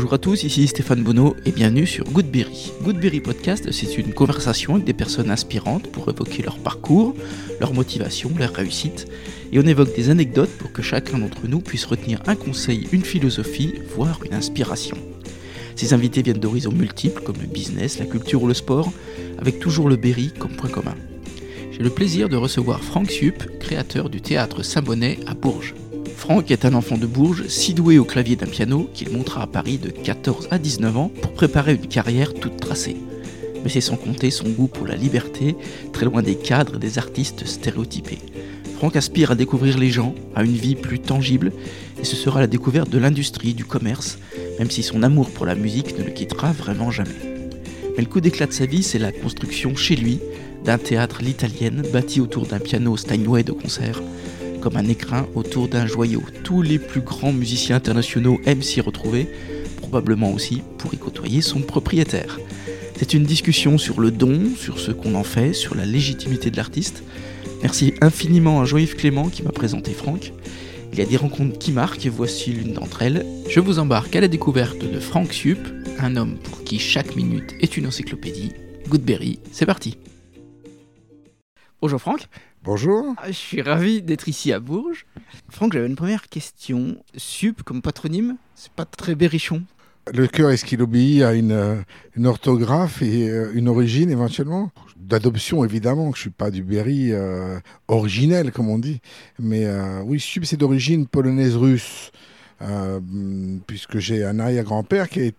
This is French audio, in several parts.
Bonjour à tous, ici Stéphane Bonneau et bienvenue sur Goodberry. Goodberry Podcast, c'est une conversation avec des personnes inspirantes pour évoquer leur parcours, leur motivation, leur réussite. Et on évoque des anecdotes pour que chacun d'entre nous puisse retenir un conseil, une philosophie, voire une inspiration. Ces invités viennent d'horizons multiples comme le business, la culture ou le sport, avec toujours le Berry comme point commun. J'ai le plaisir de recevoir Franck Sup, créateur du théâtre Saint-Bonnet à Bourges. Franck est un enfant de Bourges, si doué au clavier d'un piano qu'il montera à Paris de 14 à 19 ans pour préparer une carrière toute tracée. Mais c'est sans compter son goût pour la liberté, très loin des cadres et des artistes stéréotypés. Franck aspire à découvrir les gens, à une vie plus tangible, et ce sera la découverte de l'industrie, du commerce, même si son amour pour la musique ne le quittera vraiment jamais. Mais le coup d'éclat de sa vie, c'est la construction chez lui d'un théâtre l'italienne bâti autour d'un piano Steinway de concert, comme un écrin autour d'un joyau. Tous les plus grands musiciens internationaux aiment s'y retrouver, probablement aussi pour y côtoyer son propriétaire. C'est une discussion sur le don, sur ce qu'on en fait, sur la légitimité de l'artiste. Merci infiniment à Jean-Yves Clément qui m'a présenté Franck. Il y a des rencontres qui marquent et voici l'une d'entre elles. Je vous embarque à la découverte de Franck Sup, un homme pour qui chaque minute est une encyclopédie. Goodberry, c'est parti. Bonjour Franck. Bonjour. Je suis ravi d'être ici à Bourges. Franck, j'avais une première question. Sup comme patronyme, c'est pas très berrichon. Le cœur, est-ce qu'il obéit à une orthographe et une origine éventuellement ? D'adoption évidemment, je ne suis pas du Berry originel comme on dit. Mais oui, Sup c'est d'origine polonaise-russe. Puisque j'ai un arrière-grand-père qui a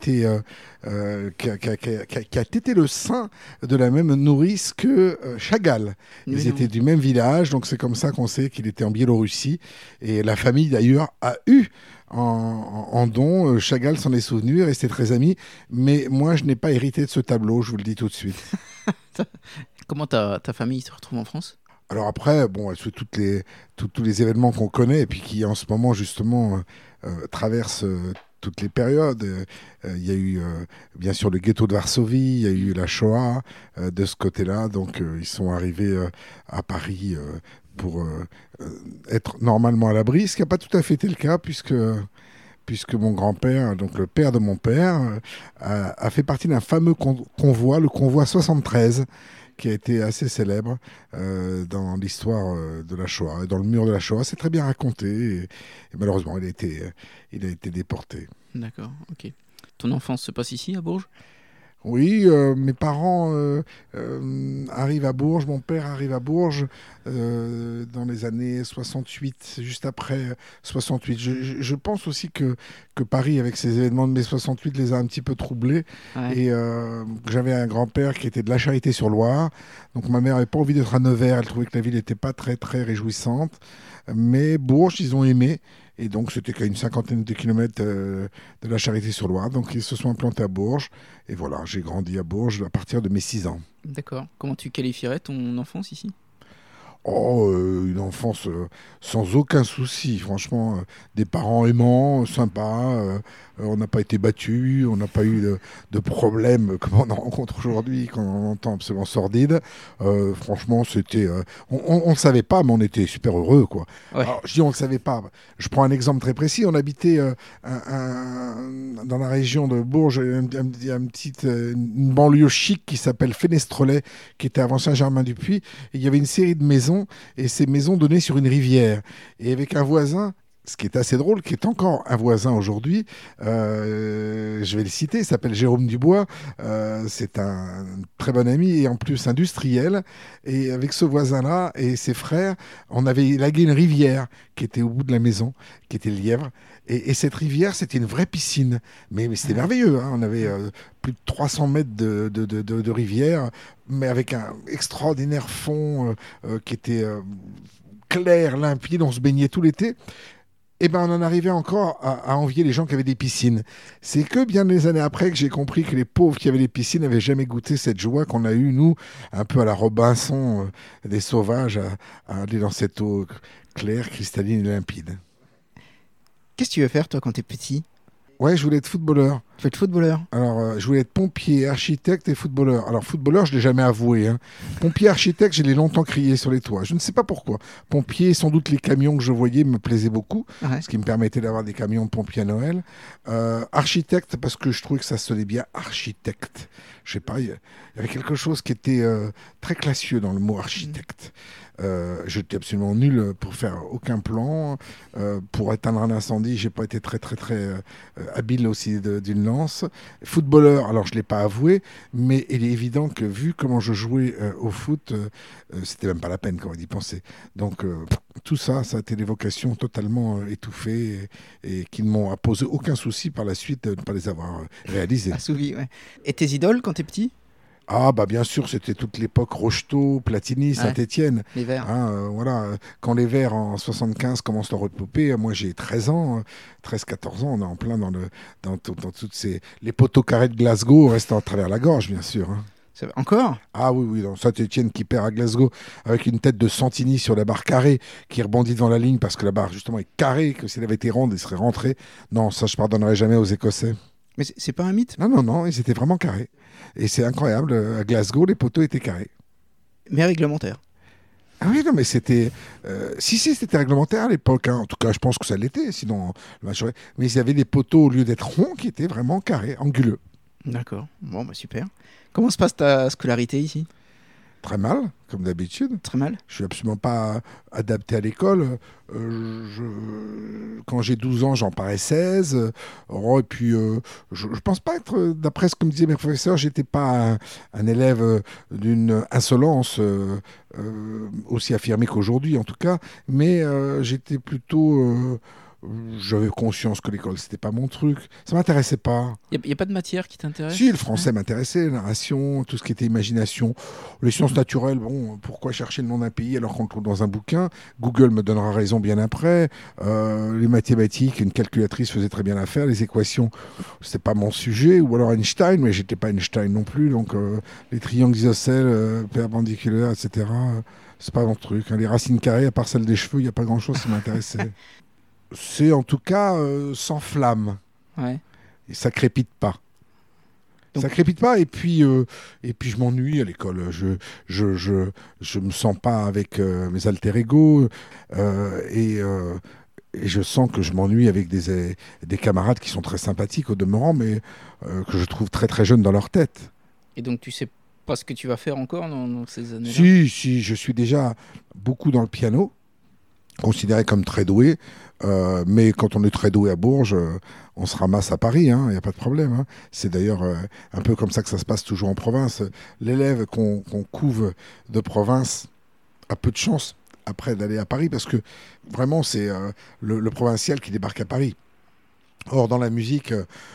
tété le sein de la même nourrice que Chagall. Ils étaient du même village, donc c'est comme ça qu'on sait qu'il était en Biélorussie. Et la famille d'ailleurs a eu en don, Chagall s'en est souvenu, est resté très ami. Mais moi, je n'ai pas hérité de ce tableau, je vous le dis tout de suite. Comment ta famille se retrouve en France ? Alors après, bon, c'est tous les événements qu'on connaît et puis qui en ce moment justement traversent toutes les périodes. Il y a eu bien sûr le ghetto de Varsovie, il y a eu la Shoah de ce côté-là. Donc ils sont arrivés à Paris pour être normalement à l'abri, ce qui n'a pas tout à fait été le cas puisque mon grand-père, donc le père de mon père, a fait partie d'un fameux convoi, le convoi 73, qui a été assez célèbre dans l'histoire de la Shoah, dans le mur de la Shoah. C'est très bien raconté et malheureusement, il a été déporté. D'accord, ok. Ton enfance se passe ici, à Bourges ? Oui, mes parents arrivent à Bourges, mon père arrive à Bourges dans les années 68, juste après 68. Je pense aussi que Paris, avec ces événements de mai 68, les a un petit peu troublés. Ouais. Et j'avais un grand-père qui était de La Charité-sur-Loire, donc ma mère n'avait pas envie d'être à Nevers, elle trouvait que la ville n'était pas très, très réjouissante. Mais Bourges, ils ont aimé. Et donc, c'était qu'à une cinquantaine de kilomètres de La Charité-sur-Loire. Donc, ils se sont implantés à Bourges. Et voilà, j'ai grandi à Bourges à partir de mes 6 ans. D'accord. Comment tu qualifierais ton enfance ici ? Une enfance sans aucun souci. Franchement, des parents aimants, sympas. On n'a pas été battus. On n'a pas eu de problèmes comme on en rencontre aujourd'hui, quand on entend absolument sordide. Franchement, c'était... on ne savait pas, mais on était super heureux, quoi. Ouais. Alors, je dis on ne le savait pas. Je prends un exemple très précis. On habitait dans la région de Bourges, une banlieue chic qui s'appelle Fenestrelet, qui était avant Saint-Germain-du-Puy. Et il y avait une série de maisons, et ces maisons donnaient sur une rivière. Et avec un voisin, ce qui est assez drôle, qui est encore un voisin aujourd'hui, je vais le citer, il s'appelle Jérôme Dubois, c'est un très bon ami et en plus industriel. Et avec ce voisin-là et ses frères, on avait élagué une rivière qui était au bout de la maison, qui était le Lièvre. Et cette rivière, c'était une vraie piscine. Mais c'était merveilleux, hein. On avait plus de 300 mètres de rivière, mais avec un extraordinaire fond qui était clair, limpide. On se baignait tout l'été. Et ben on en arrivait encore à envier les gens qui avaient des piscines. C'est que bien des années après que j'ai compris que les pauvres qui avaient des piscines n'avaient jamais goûté cette joie qu'on a eue, nous, un peu à la Robinson des sauvages, à aller dans cette eau claire, cristalline et limpide. Qu'est-ce que tu veux faire, toi, quand t'es petit ? Ouais, je voulais être footballeur. Tu veux être footballeur? Alors, je voulais être pompier, architecte et footballeur. Alors, footballeur, je ne l'ai jamais avoué. Hein. Pompier, architecte, je l'ai longtemps crié sur les toits. Je ne sais pas pourquoi. Pompier, sans doute les camions que je voyais me plaisaient beaucoup, Ouais. ce qui me permettait d'avoir des camions de pompiers à Noël. Architecte, parce que je trouvais que ça sonnait bien architecte. Je sais pas, il y avait quelque chose qui était très classieux dans le mot architecte. J'étais absolument nul pour faire aucun plan. Pour éteindre un incendie, j'ai pas été très habile aussi d'une lance. Footballeur, alors je l'ai pas avoué, mais il est évident que vu comment je jouais au foot, c'était même pas la peine quand on y pensait. Donc tout ça, ça a été des vocations totalement étouffées et qui ne m'ont posé aucun souci par la suite de ne pas les avoir réalisées. Assouvi, ouais. Et tes idoles quand t'es petit? Ah bah bien sûr, c'était toute l'époque Rocheteau, Platini, Saint-Étienne. Les Verts. Hein, voilà. Quand les Verts en 75 commencent leur épopée, moi j'ai 13 ans, 13-14 ans, on est en plein dans toutes ces... Les poteaux carrés de Glasgow restent à travers la gorge, bien sûr. Hein. Encore? Ah oui, dans Saint-Étienne qui perd à Glasgow avec une tête de Santini sur la barre carrée qui rebondit devant la ligne parce que la barre justement est carrée, que si elle avait été ronde, il serait rentré. Non, ça je pardonnerai jamais aux Écossais. Mais c'est pas un mythe? Non, ils étaient vraiment carrés. Et c'est incroyable, à Glasgow, les poteaux étaient carrés. Mais réglementaire. Ah oui, non, mais c'était... si, c'était réglementaire à l'époque. Hein. En tout cas, je pense que ça l'était, sinon... Mais il y avait des poteaux, au lieu d'être ronds, qui étaient vraiment carrés, anguleux. D'accord. Bon, bah super. Comment se passe ta scolarité ici? Très mal, comme d'habitude. Très mal? Je suis absolument pas adapté à l'école. Quand j'ai 12 ans, j'en parais 16. Et puis, je pense pas être, d'après ce que me disaient mes professeurs, j'étais pas un élève d'une insolence aussi affirmée qu'aujourd'hui, en tout cas. Mais j'étais plutôt... j'avais conscience que l'école, c'était pas mon truc. Ça m'intéressait pas. Il n'y a pas de matière qui t'intéresse? Si, le français m'intéressait, la narration, tout ce qui était imagination. Les sciences naturelles, bon, pourquoi chercher le nom d'un pays alors qu'on le trouve dans un bouquin? Google me donnera raison bien après. Les mathématiques, une calculatrice faisait très bien l'affaire. Les équations, c'était pas mon sujet. Ou alors Einstein, mais j'étais pas Einstein non plus. Donc les triangles isocèles, perpendiculaires, etc., c'est pas mon truc. Hein. Les racines carrées, à part celles des cheveux, il n'y a pas grand-chose qui m'intéressait. C'est en tout cas sans flamme. Ouais. Et ça crépite pas. Donc... Ça crépite pas et puis je m'ennuie à l'école. Je me sens pas avec mes alter ego et je sens que je m'ennuie avec des camarades qui sont très sympathiques au demeurant, mais que je trouve très jeunes dans leur tête. Et donc tu sais pas ce que tu vas faire encore dans ces années-là? Si, je suis déjà beaucoup dans le piano, considéré comme très doué. Mais quand on est très doué à Bourges, on se ramasse à Paris, il n'y a pas de problème. Hein. C'est d'ailleurs un peu comme ça que ça se passe toujours en province. L'élève qu'on couve de province a peu de chance après d'aller à Paris parce que vraiment c'est le provincial qui débarque à Paris. Or, dans la musique,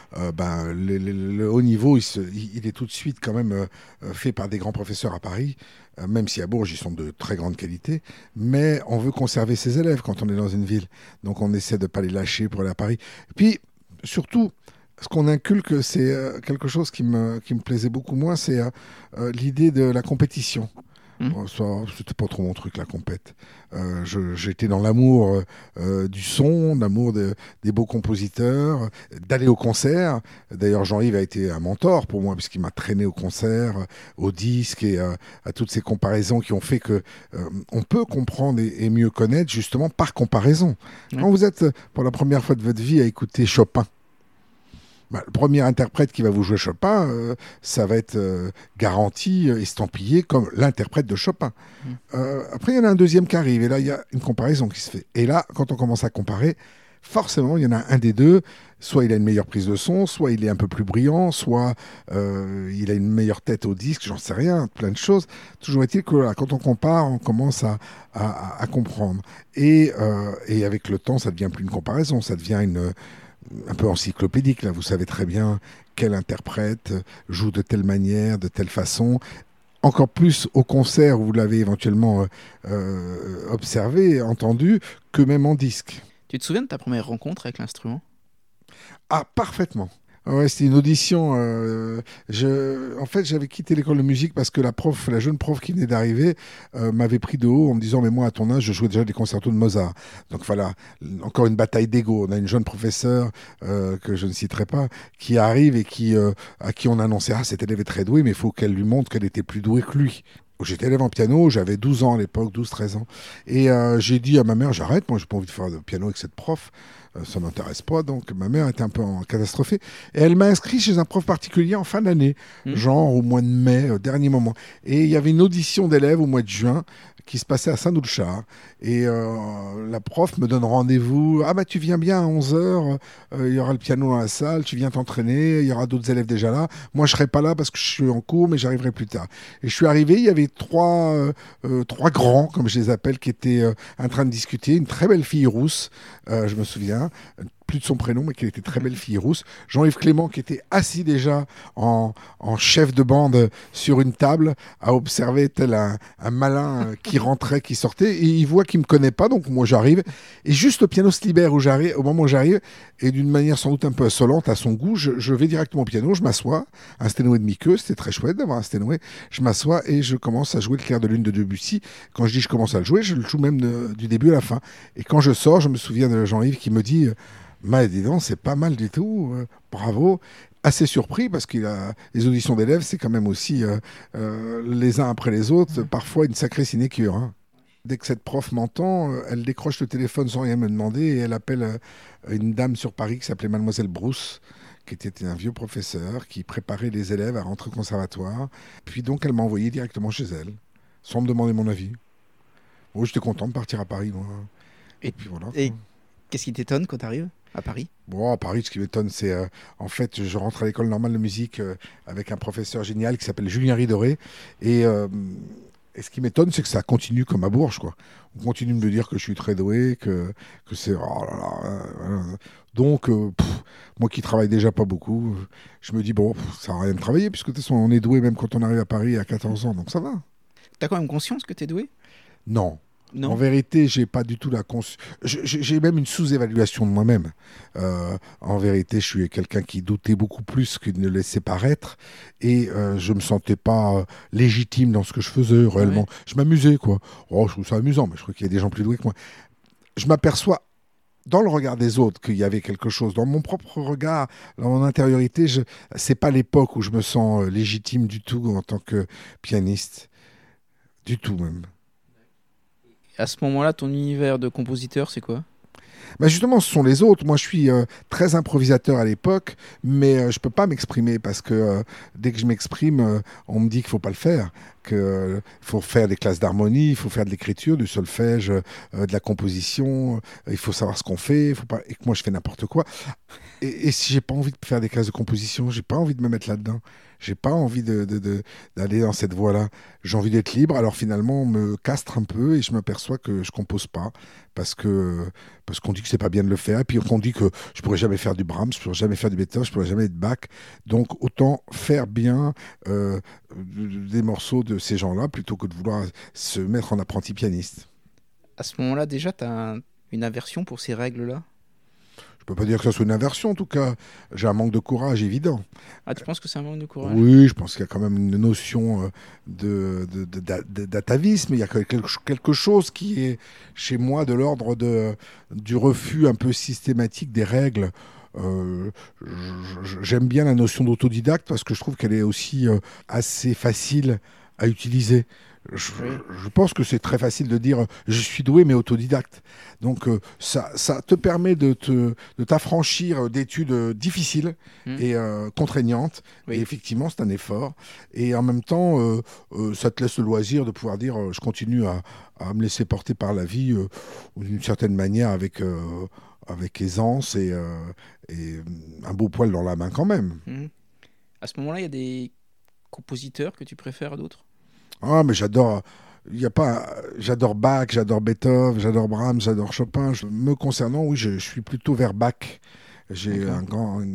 le haut niveau, il est tout de suite quand même fait par des grands professeurs à Paris, même si à Bourges, ils sont de très grande qualité. Mais on veut conserver ses élèves quand on est dans une ville. Donc, on essaie de ne pas les lâcher pour aller à Paris. Et puis, surtout, ce qu'on inculque, c'est quelque chose qui me plaisait beaucoup moins, c'est l'idée de la compétition. C'était pas trop mon truc, la compète. J'étais dans l'amour du son, l'amour des beaux compositeurs, d'aller au concert. D'ailleurs, Jean-Yves a été un mentor pour moi, puisqu'il m'a traîné au concert, au disque et à toutes ces comparaisons qui ont fait que on peut comprendre et mieux connaître justement par comparaison. Quand vous êtes pour la première fois de votre vie à écouter Chopin, le premier interprète qui va vous jouer Chopin, ça va être garanti, estampillé comme l'interprète de Chopin. Après, il y en a un deuxième qui arrive, et là, il y a une comparaison qui se fait. Et là, quand on commence à comparer, forcément, il y en a un des deux, soit il a une meilleure prise de son, soit il est un peu plus brillant, soit il a une meilleure tête au disque, j'en sais rien, plein de choses. Toujours est-il que là, quand on compare, on commence à comprendre. Et avec le temps, ça devient plus une comparaison, ça devient un peu encyclopédique, là. Vous savez très bien quel interprète joue de telle manière, de telle façon. Encore plus au concert où vous l'avez éventuellement observé, entendu, que même en disque. Tu te souviens de ta première rencontre avec l'instrument? Ah, parfaitement. Ouais, c'était une audition. En fait, j'avais quitté l'école de musique parce que la jeune prof qui venait d'arriver, m'avait pris de haut en me disant, mais moi, à ton âge, je jouais déjà des concertos de Mozart. Donc voilà, encore une bataille d'ego. On a une jeune professeure, que je ne citerai pas, qui arrive et à qui on annonçait, ah, cet élève est très doué, mais il faut qu'elle lui montre qu'elle était plus douée que lui. J'étais élève en piano, j'avais 12 ans à l'époque, 12-13 ans. Et j'ai dit à ma mère, j'arrête, moi j'ai pas envie de faire de piano avec cette prof, ça m'intéresse pas. Donc ma mère était un peu catastrophée. Et elle m'a inscrit chez un prof particulier en fin d'année, genre au mois de mai, au dernier moment. Et il y avait une audition d'élèves au mois de juin qui se passait à Saint-Doulchard. Et la prof me donne rendez-vous. Ah bah tu viens bien à 11 heures, il y aura le piano dans la salle, tu viens t'entraîner, il y aura d'autres élèves déjà là. Moi je serai pas là parce que je suis en cours, mais j'arriverai plus tard. Et je suis arrivé, il y avait trois grands, comme je les appelle, qui étaient en train de discuter. Une très belle fille rousse, je me souviens, plus de son prénom, mais qui était très belle fille rousse. Jean-Yves Clément, qui était assis déjà en chef de bande sur une table, à observer tel un malin qui rentrait, qui sortait, et il voit qu'il me connaît pas, donc moi j'arrive, et juste le piano se libère au moment où j'arrive, et d'une manière sans doute un peu insolente à son goût, je vais directement au piano, je m'assois, un Steinway de mi-queue, c'était très chouette d'avoir un Steinway, je m'assois et je commence à jouer le clair de lune de Debussy. Quand je dis je commence à le jouer, je le joue même du début à la fin. Et quand je sors, je me souviens de Jean-Yves qui me dit, dis donc, c'est pas mal du tout, bravo. Assez surpris parce que les auditions d'élèves, c'est quand même aussi les uns après les autres, parfois une sacrée sinécure. Hein. Dès que cette prof m'entend, elle décroche le téléphone sans rien me demander et elle appelle une dame sur Paris qui s'appelait Mademoiselle Brousse, qui était un vieux professeur qui préparait les élèves à rentrer au conservatoire. Puis donc, elle m'a envoyé directement chez elle, sans me demander mon avis. Bon, j'étais content de partir à Paris, moi. Et puis voilà. Et qu'est-ce qui t'étonne quand tu arrives à Paris? Bon, à Paris, ce qui m'étonne, c'est en fait, je rentre à l'école normale de musique avec un professeur génial qui s'appelle Julien Ridoré. Et ce qui m'étonne, c'est que ça continue comme à Bourges, quoi. On continue de me dire que je suis très doué, que c'est... Oh là là, donc, moi qui travaille déjà pas beaucoup, je me dis, bon, ça sert à rien de travailler, puisque de toute façon, on est doué même quand on arrive à Paris à 14 ans, donc ça va. T'as quand même conscience que t'es doué? Non. Non. En vérité, j'ai pas du tout la conscience. J'ai même une sous-évaluation de moi-même. En vérité, je suis quelqu'un qui doutait beaucoup plus qu'il ne laissait paraître, et je me sentais pas légitime dans ce que je faisais réellement. Ouais. Je m'amusais, quoi. Oh, je trouve ça amusant, mais je crois qu'il y a des gens plus doués que moi. Je m'aperçois dans le regard des autres qu'il y avait quelque chose. Dans mon propre regard, dans mon intériorité, c'est pas l'époque où je me sens légitime du tout en tant que pianiste, du tout même. À ce moment-là, ton univers de compositeur, c'est quoi? Bah justement, ce sont les autres. Moi, je suis très improvisateur à l'époque, mais je peux pas m'exprimer parce que dès que je m'exprime, on me dit qu'il faut pas le faire, qu'il faut faire des classes d'harmonie, il faut faire de l'écriture, du solfège, de la composition, il faut savoir ce qu'on fait, il faut pas... et que moi je fais n'importe quoi. Et si j'ai pas envie de faire des classes de composition, j'ai pas envie de me mettre là-dedans. J'ai pas envie d'aller dans cette voie-là. J'ai envie d'être libre. Alors finalement, on me castre un peu et je m'aperçois que je compose pas parce qu'on dit que c'est pas bien de le faire. Et puis on dit que je pourrais jamais faire du Brahms, je pourrais jamais faire du Beethoven, je pourrais jamais être Bach. Donc autant faire bien des morceaux de ces gens-là plutôt que de vouloir se mettre en apprenti pianiste. À ce moment-là, déjà, tu as une aversion pour ces règles-là? Je peux pas dire que ça soit une aversion, en tout cas. J'ai un manque de courage évident. Ah, tu penses que c'est un manque de courage? Oui, je pense qu'il y a quand même une notion d'atavisme. Il y a quelque chose qui est, chez moi, de l'ordre du refus un peu systématique des règles. J'aime bien la notion d'autodidacte parce que je trouve qu'elle est aussi assez facile à utiliser. Je pense que c'est très facile de dire je suis doué mais autodidacte. Donc ça te permet de t'affranchir d'études difficiles et contraignantes. Oui. Et effectivement, c'est un effort. Et en même temps, ça te laisse le loisir de pouvoir dire je continue à me laisser porter par la vie d'une certaine manière avec aisance et un beau poil dans la main quand même. À ce moment-là, il y a des compositeurs que tu préfères à d'autres? Ah, mais j'adore Bach, j'adore Beethoven, j'adore Brahms, j'adore Chopin. Me concernant, oui, je suis plutôt vers Bach. J'ai un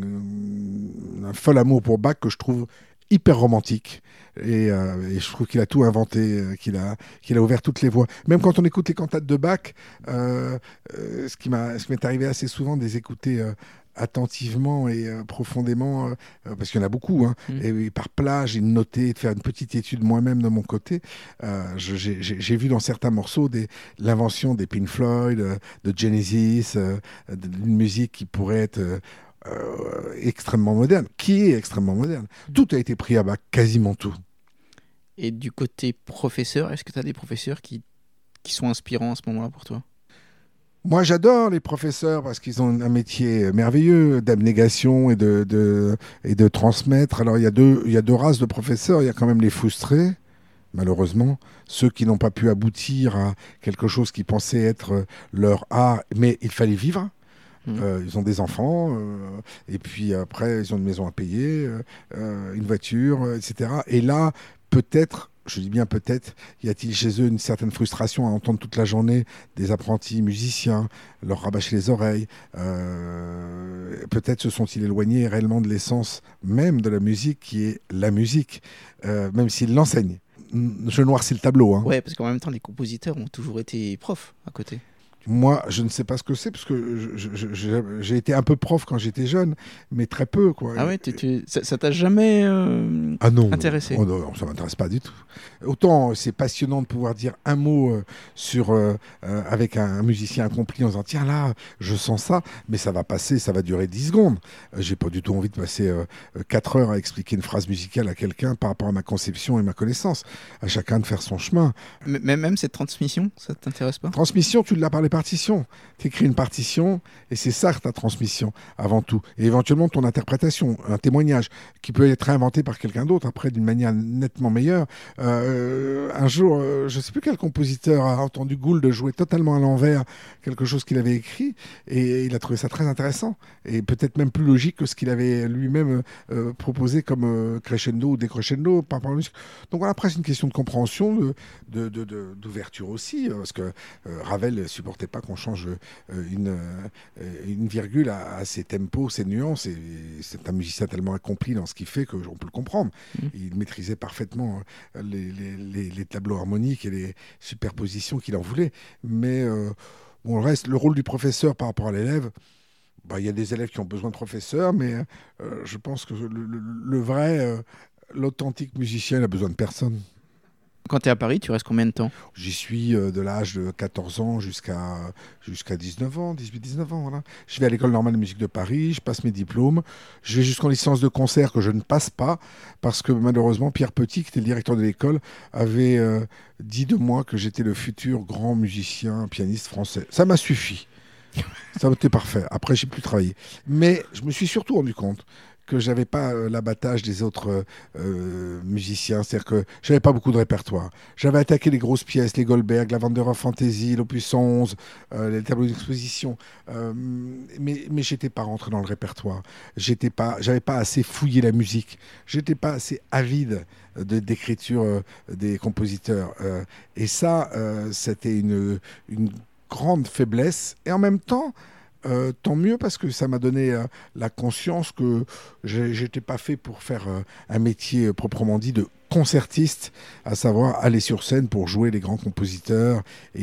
fol amour pour Bach que je trouve hyper romantique. Et je trouve qu'il a tout inventé, qu'il a ouvert toutes les voies. Même quand on écoute les cantates de Bach, ce qui m'est arrivé assez souvent de les écouter attentivement et profondément, parce qu'il y en a beaucoup, hein, et par plage, et de noter, de faire une petite étude moi-même de mon côté. J'ai vu dans certains morceaux l'invention des Pink Floyd, de Genesis, d'une musique qui pourrait être extrêmement moderne, qui est extrêmement moderne. Tout a été pris à bas, quasiment tout. Et du côté professeur, est-ce que tu as des professeurs qui sont inspirants à ce moment-là pour toi? Moi, j'adore les professeurs parce qu'ils ont un métier merveilleux d'abnégation et de transmettre. Alors, il y a deux races de professeurs. Il y a quand même les frustrés, malheureusement, ceux qui n'ont pas pu aboutir à quelque chose qui pensait être leur art, mais il fallait vivre. Ils ont des enfants, et puis après, ils ont une maison à payer, une voiture, etc. Et là, peut-être, je dis bien peut-être, y a-t-il chez eux une certaine frustration à entendre toute la journée des apprentis musiciens leur rabâcher les oreilles. Peut-être se sont-ils éloignés réellement de l'essence même de la musique, qui est la musique, même s'ils l'enseignent. Je noircis le tableau. Hein. Ouais, parce qu'en même temps, les compositeurs ont toujours été profs à côté. Moi, je ne sais pas ce que c'est, parce que j'ai été un peu prof quand j'étais jeune, mais très peu, quoi. Ah ouais, ça t'a jamais intéressé? Oh non, ça ne m'intéresse pas du tout. Autant c'est passionnant de pouvoir dire un mot avec un musicien accompli en disant « Tiens, là, je sens ça », mais ça va passer, ça va durer 10 secondes. J'ai pas du tout envie de passer 4 heures à expliquer une phrase musicale à quelqu'un par rapport à ma conception et ma connaissance. À chacun de faire son chemin. Même cette transmission, ça t'intéresse pas? Transmission, tu l'as par les partitions. Tu écris une partition et c'est ça ta transmission avant tout. Et éventuellement ton interprétation, un témoignage qui peut être inventé par quelqu'un d'autre après d'une manière nettement meilleure. Un jour, je ne sais plus quel compositeur a entendu Gould jouer totalement à l'envers quelque chose qu'il avait écrit et il a trouvé ça très intéressant et peut-être même plus logique que ce qu'il avait lui-même proposé comme crescendo ou décrescendo par rapport à la musique. Donc voilà, après c'est une question de compréhension, d'ouverture aussi, parce que Ravel ne supportait pas qu'on change une virgule à ses tempos, ses nuances, et c'est un musicien tellement accompli dans ce qu'il fait qu'on peut le comprendre. Il maîtrisait parfaitement les tableaux harmoniques et les superpositions qu'il en voulait. Mais bon, le rôle du professeur par rapport à l'élève, il y a des élèves qui ont besoin de professeurs, mais je pense que le vrai, l'authentique musicien, il a besoin de personne. Quand tu es à Paris, tu restes combien de temps? J'y suis de l'âge de 14 ans jusqu'à 19 ans, 18-19 ans. Voilà. Je vais à l'École normale de musique de Paris, je passe mes diplômes. Je vais jusqu'en licence de concert que je ne passe pas parce que malheureusement, Pierre Petit, qui était le directeur de l'école, avait dit de moi que j'étais le futur grand musicien, pianiste français. Ça m'a suffi. Ça a été parfait. Après, j'ai plus travaillé. Mais je me suis surtout rendu compte que j'avais pas l'abattage des autres musiciens, c'est-à-dire que j'avais pas beaucoup de répertoire. J'avais attaqué les grosses pièces, les Goldberg, la Wanderer Fantasy, l'Opus 11, les tableaux d'exposition, mais j'étais pas rentré dans le répertoire. J'avais pas assez fouillé la musique. J'étais pas assez avide d'écriture des compositeurs. Et ça, c'était une grande faiblesse. Et en même temps, tant mieux parce que ça m'a donné la conscience que j'étais pas fait pour faire un métier proprement dit de concertiste, à savoir aller sur scène pour jouer les grands compositeurs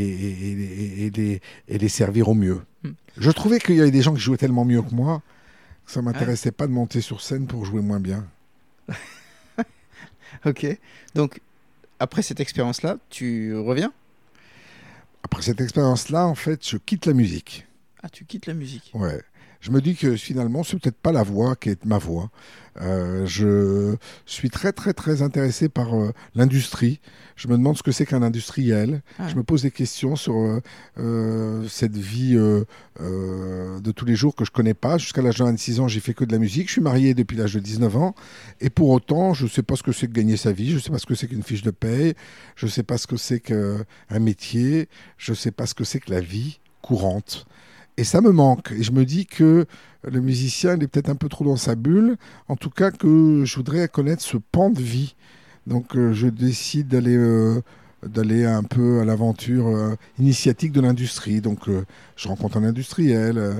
et les servir au mieux. Je trouvais qu'il y avait des gens qui jouaient tellement mieux que moi que ça m'intéressait pas de monter sur scène pour jouer moins bien. Ok, donc après cette expérience-là, tu reviens? Après cette expérience-là, en fait, je quitte la musique. Ah, tu quittes la musique. Ouais. Je me dis que finalement, c'est peut-être pas la voix qui est ma voix. Je suis très, très, très intéressé par l'industrie. Je me demande ce que c'est qu'un industriel. Je me pose des questions sur cette vie de tous les jours que je connais pas. Jusqu'à l'âge de 26 ans, j'ai fait que de la musique. Je suis marié depuis l'âge de 19 ans. Et pour autant, je ne sais pas ce que c'est que gagner sa vie. Je ne sais pas ce que c'est qu'une fiche de paye. Je ne sais pas ce que c'est qu'un métier. Je ne sais pas ce que c'est que la vie courante. Et ça me manque. Et je me dis que le musicien, il est peut-être un peu trop dans sa bulle. En tout cas, que je voudrais connaître ce pan de vie. Donc, je décide d'aller un peu à l'aventure initiatique de l'industrie. Donc, je rencontre un industriel.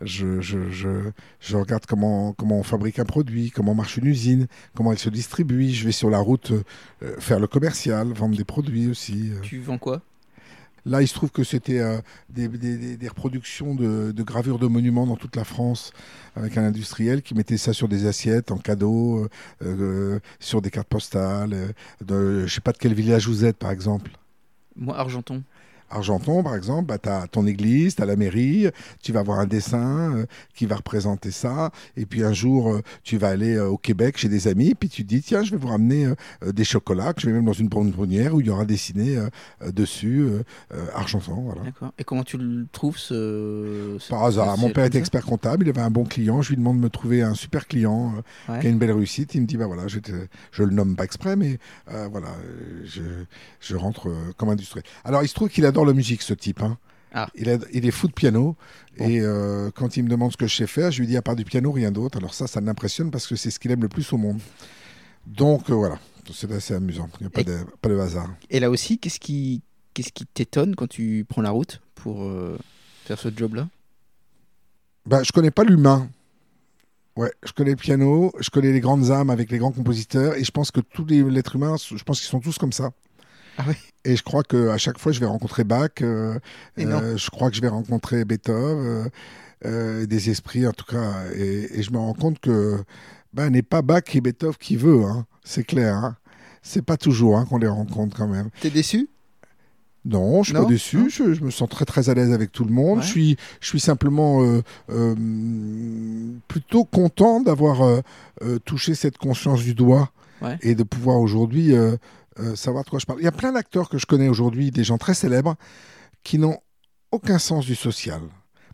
Je regarde comment on fabrique un produit, comment marche une usine, comment elle se distribue. Je vais sur la route faire le commercial, vendre des produits aussi. Tu vends quoi ? Là, il se trouve que c'était des reproductions de gravures de monuments dans toute la France, avec un industriel qui mettait ça sur des assiettes en cadeau, sur des cartes postales. Je ne sais pas de quel village vous êtes, par exemple. Moi, Argenton. Argenton, par exemple, tu as ton église, tu as la mairie, tu vas avoir un dessin qui va représenter ça. Et puis un jour, tu vas aller au Québec chez des amis, puis tu te dis, tiens, je vais vous ramener des chocolats, que je vais même dans une bonbonnière où il y aura dessiné dessus Argenton. Voilà. D'accord. Et comment tu le trouves, Par hasard. Mon père était comme ça expert comptable, il avait un bon client. Je lui demande de me trouver un super client Ouais. qui a une belle réussite. Il me dit, bah voilà, je le nomme pas exprès, mais voilà, je rentre comme industriel. Alors, il se trouve qu'il adore la musique, ce type. Hein. Ah. Il est fou de piano. Bon. Et quand il me demande ce que je sais faire, je lui dis, à part du piano, rien d'autre. Alors ça l'impressionne parce que c'est ce qu'il aime le plus au monde. Donc voilà, c'est assez amusant. Il n'y a pas de hasard. Et là aussi, qu'est-ce qui t'étonne quand tu prends la route pour faire ce job-là? Bah, je connais pas l'humain. Ouais, je connais le piano, je connais les grandes âmes avec les grands compositeurs, et je pense que tous les êtres humains, je pense qu'ils sont tous comme ça. Ah oui. Et je crois qu'à chaque fois, je vais rencontrer Bach, non. je crois que je vais rencontrer Beethoven, des esprits en tout cas, et je me rends compte que n'est pas Bach et Beethoven qui veut, hein, c'est clair. Hein. C'est pas toujours qu'on les rencontre quand même. T'es déçu? Non, je suis pas déçu. Non. Je me sens très très à l'aise avec tout le monde. Ouais. Je suis simplement plutôt content d'avoir touché cette conscience du doigt Ouais. et de pouvoir aujourd'hui savoir de quoi je parle. Il y a plein d'acteurs que je connais aujourd'hui, des gens très célèbres, qui n'ont aucun sens du social. Pourquoi ?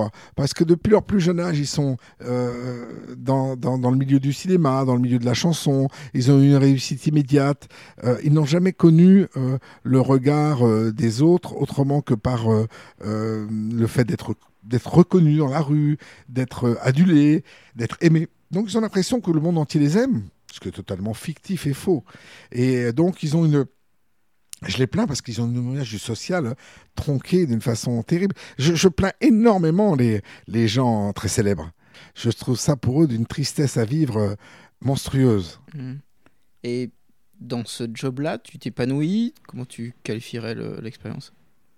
Parce que depuis leur plus jeune âge, ils sont dans le milieu du cinéma, dans le milieu de la chanson, ils ont eu une réussite immédiate, ils n'ont jamais connu le regard des autres autrement que par le fait d'être reconnu dans la rue, d'être adulé, d'être aimé. Donc ils ont l'impression que le monde entier les aime, ce qui est totalement fictif et faux. Et donc ils ont une... Je les plains parce qu'ils ont une image du social tronqué d'une façon terrible. Je plains énormément les gens très célèbres. Je trouve ça pour eux d'une tristesse à vivre monstrueuse. Et dans ce job-là, tu t'épanouis? Comment tu qualifierais l'expérience?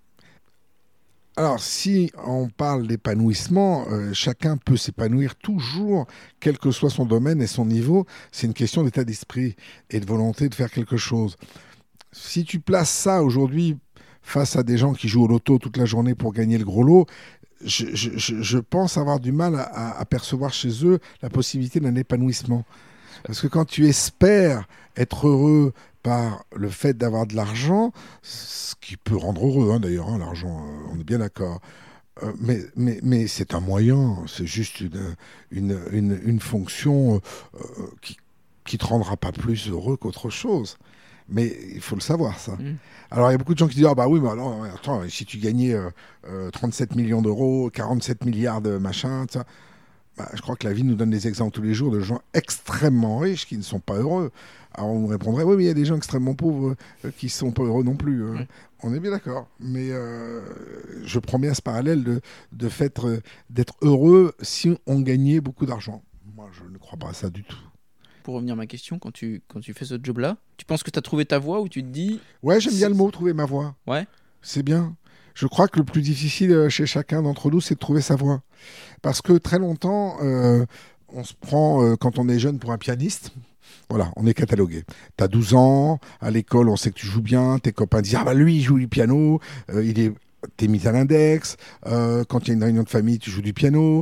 Alors, si on parle d'épanouissement, chacun peut s'épanouir toujours, quel que soit son domaine et son niveau. C'est une question d'état d'esprit et de volonté de faire quelque chose. Si tu places ça aujourd'hui face à des gens qui jouent au loto toute la journée pour gagner le gros lot, je pense avoir du mal à percevoir chez eux la possibilité d'un épanouissement. Parce que quand tu espères être heureux par le fait d'avoir de l'argent, ce qui peut rendre heureux d'ailleurs, l'argent, on est bien d'accord, mais c'est un moyen, c'est juste une fonction qui ne te rendra pas plus heureux qu'autre chose. Mais il faut le savoir, ça. Alors, il y a beaucoup de gens qui disent « Ah bah oui, mais alors, attends, si tu gagnais 37 millions d'euros, 47 milliards de machin, ça... » je crois que la vie nous donne des exemples tous les jours de gens extrêmement riches qui ne sont pas heureux. Alors, on nous répondrait « Oui, mais il y a des gens extrêmement pauvres qui ne sont pas heureux non plus. On est bien d'accord. Mais je prends bien ce parallèle de fait d'être heureux si on gagnait beaucoup d'argent. Moi, je ne crois pas à ça du tout. Pour revenir à ma question, quand tu fais ce job-là, tu penses que tu as trouvé ta voie ou tu te dis... Ouais, j'aime bien le mot, trouver ma voie. Ouais. C'est bien. Je crois que le plus difficile chez chacun d'entre nous, c'est de trouver sa voie. Parce que très longtemps, on se prend, quand on est jeune, pour un pianiste. Voilà, on est catalogué. Tu as 12 ans, à l'école, on sait que tu joues bien, tes copains disent « Ah bah lui, il joue du piano, t'es mis à l'index, quand il y a une réunion de famille, tu joues du piano.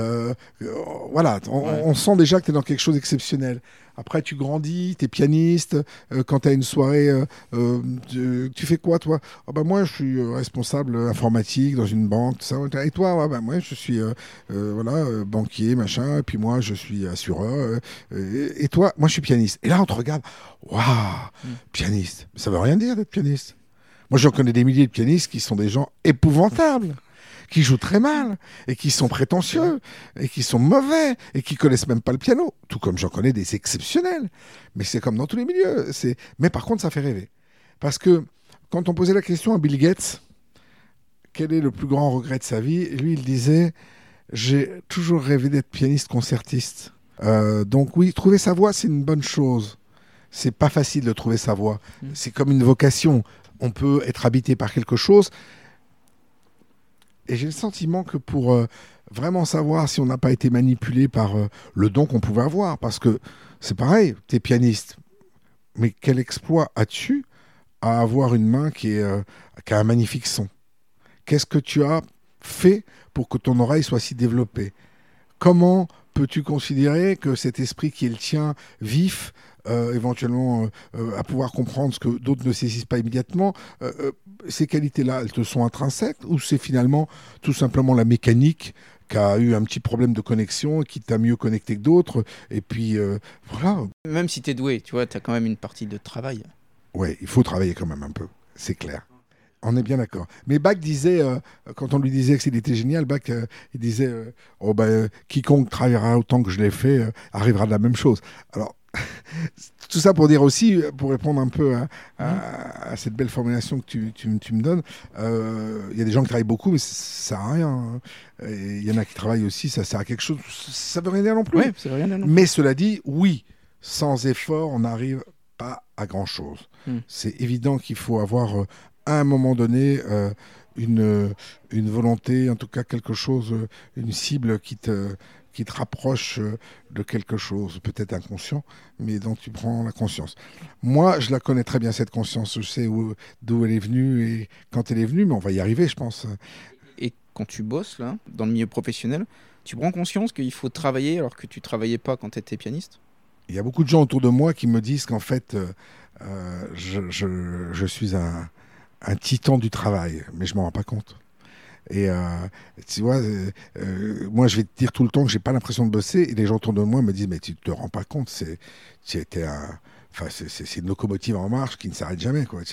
Voilà, on sent déjà que tu es dans quelque chose d'exceptionnel. Après, tu grandis, tu es pianiste. Quand tu as une soirée, tu fais quoi, toi ? Moi, je suis responsable informatique dans une banque. Tout ça. Et toi ? Moi, je suis banquier, machin. Et puis moi, je suis assureur. Et toi ? Moi, je suis pianiste. Et là, on te regarde. Waouh, pianiste. Ça veut rien dire d'être pianiste. Moi, j'en connais des milliers de pianistes qui sont des gens épouvantables, qui jouent très mal, et qui sont prétentieux, et qui sont mauvais, et qui connaissent même pas le piano. Tout comme j'en connais des exceptionnels. Mais c'est comme dans tous les milieux. Mais par contre, ça fait rêver. Parce que quand on posait la question à Bill Gates, quel est le plus grand regret de sa vie ? Lui, il disait « J'ai toujours rêvé d'être pianiste concertiste. » Donc oui, trouver sa voie, c'est une bonne chose. C'est pas facile de trouver sa voie. C'est comme une vocation. on peut être habité par quelque chose. Et j'ai le sentiment que pour vraiment savoir si on n'a pas été manipulé par le don qu'on pouvait avoir, parce que c'est pareil, tu es pianiste, mais quel exploit as-tu à avoir une main qui a un magnifique son? Qu'est-ce que tu as fait pour que ton oreille soit si développée? Comment peux-tu considérer que cet esprit qui est le tien, vif, éventuellement à pouvoir comprendre ce que d'autres ne saisissent pas immédiatement, ces qualités-là, elles te sont intrinsèques ou c'est finalement tout simplement la mécanique qui a eu un petit problème de connexion et qui t'a mieux connecté que d'autres et puis voilà. Même si tu es doué, tu vois, tu as quand même une partie de travail. Ouais, il faut travailler quand même un peu, c'est clair. On est bien d'accord. Mais Bach disait, quand on lui disait qu'il était génial, Bach, il disait quiconque travaillera autant que je l'ai fait arrivera à la même chose. Alors, tout ça pour dire aussi, pour répondre un peu à cette belle formulation que tu me donnes, il y a des gens qui travaillent beaucoup, mais ça sert à rien. Hein. Il y en a qui travaillent aussi, ça sert à quelque chose. Ça veut rien dire non plus. Ouais, ça veut rien dire non plus. Mais cela dit, oui, sans effort, on n'arrive pas à grand-chose. C'est évident qu'il faut avoir... à un moment donné, une volonté, en tout cas quelque chose, une cible qui te rapproche de quelque chose, peut-être inconscient, mais dont tu prends la conscience. Moi, je la connais très bien, cette conscience. Je sais d'où elle est venue et quand elle est venue, mais on va y arriver, je pense. Et quand tu bosses, là, dans le milieu professionnel, tu prends conscience qu'il faut travailler alors que tu ne travaillais pas quand tu étais pianiste? Il y a beaucoup de gens autour de moi qui me disent qu'en fait, je suis un titan du travail, mais je m'en rends pas compte. Et tu vois, moi je vais te dire tout le temps que j'ai pas l'impression de bosser, et les gens autour de moi me disent mais tu te rends pas compte, c'est une locomotive en marche qui ne s'arrête jamais, quoi.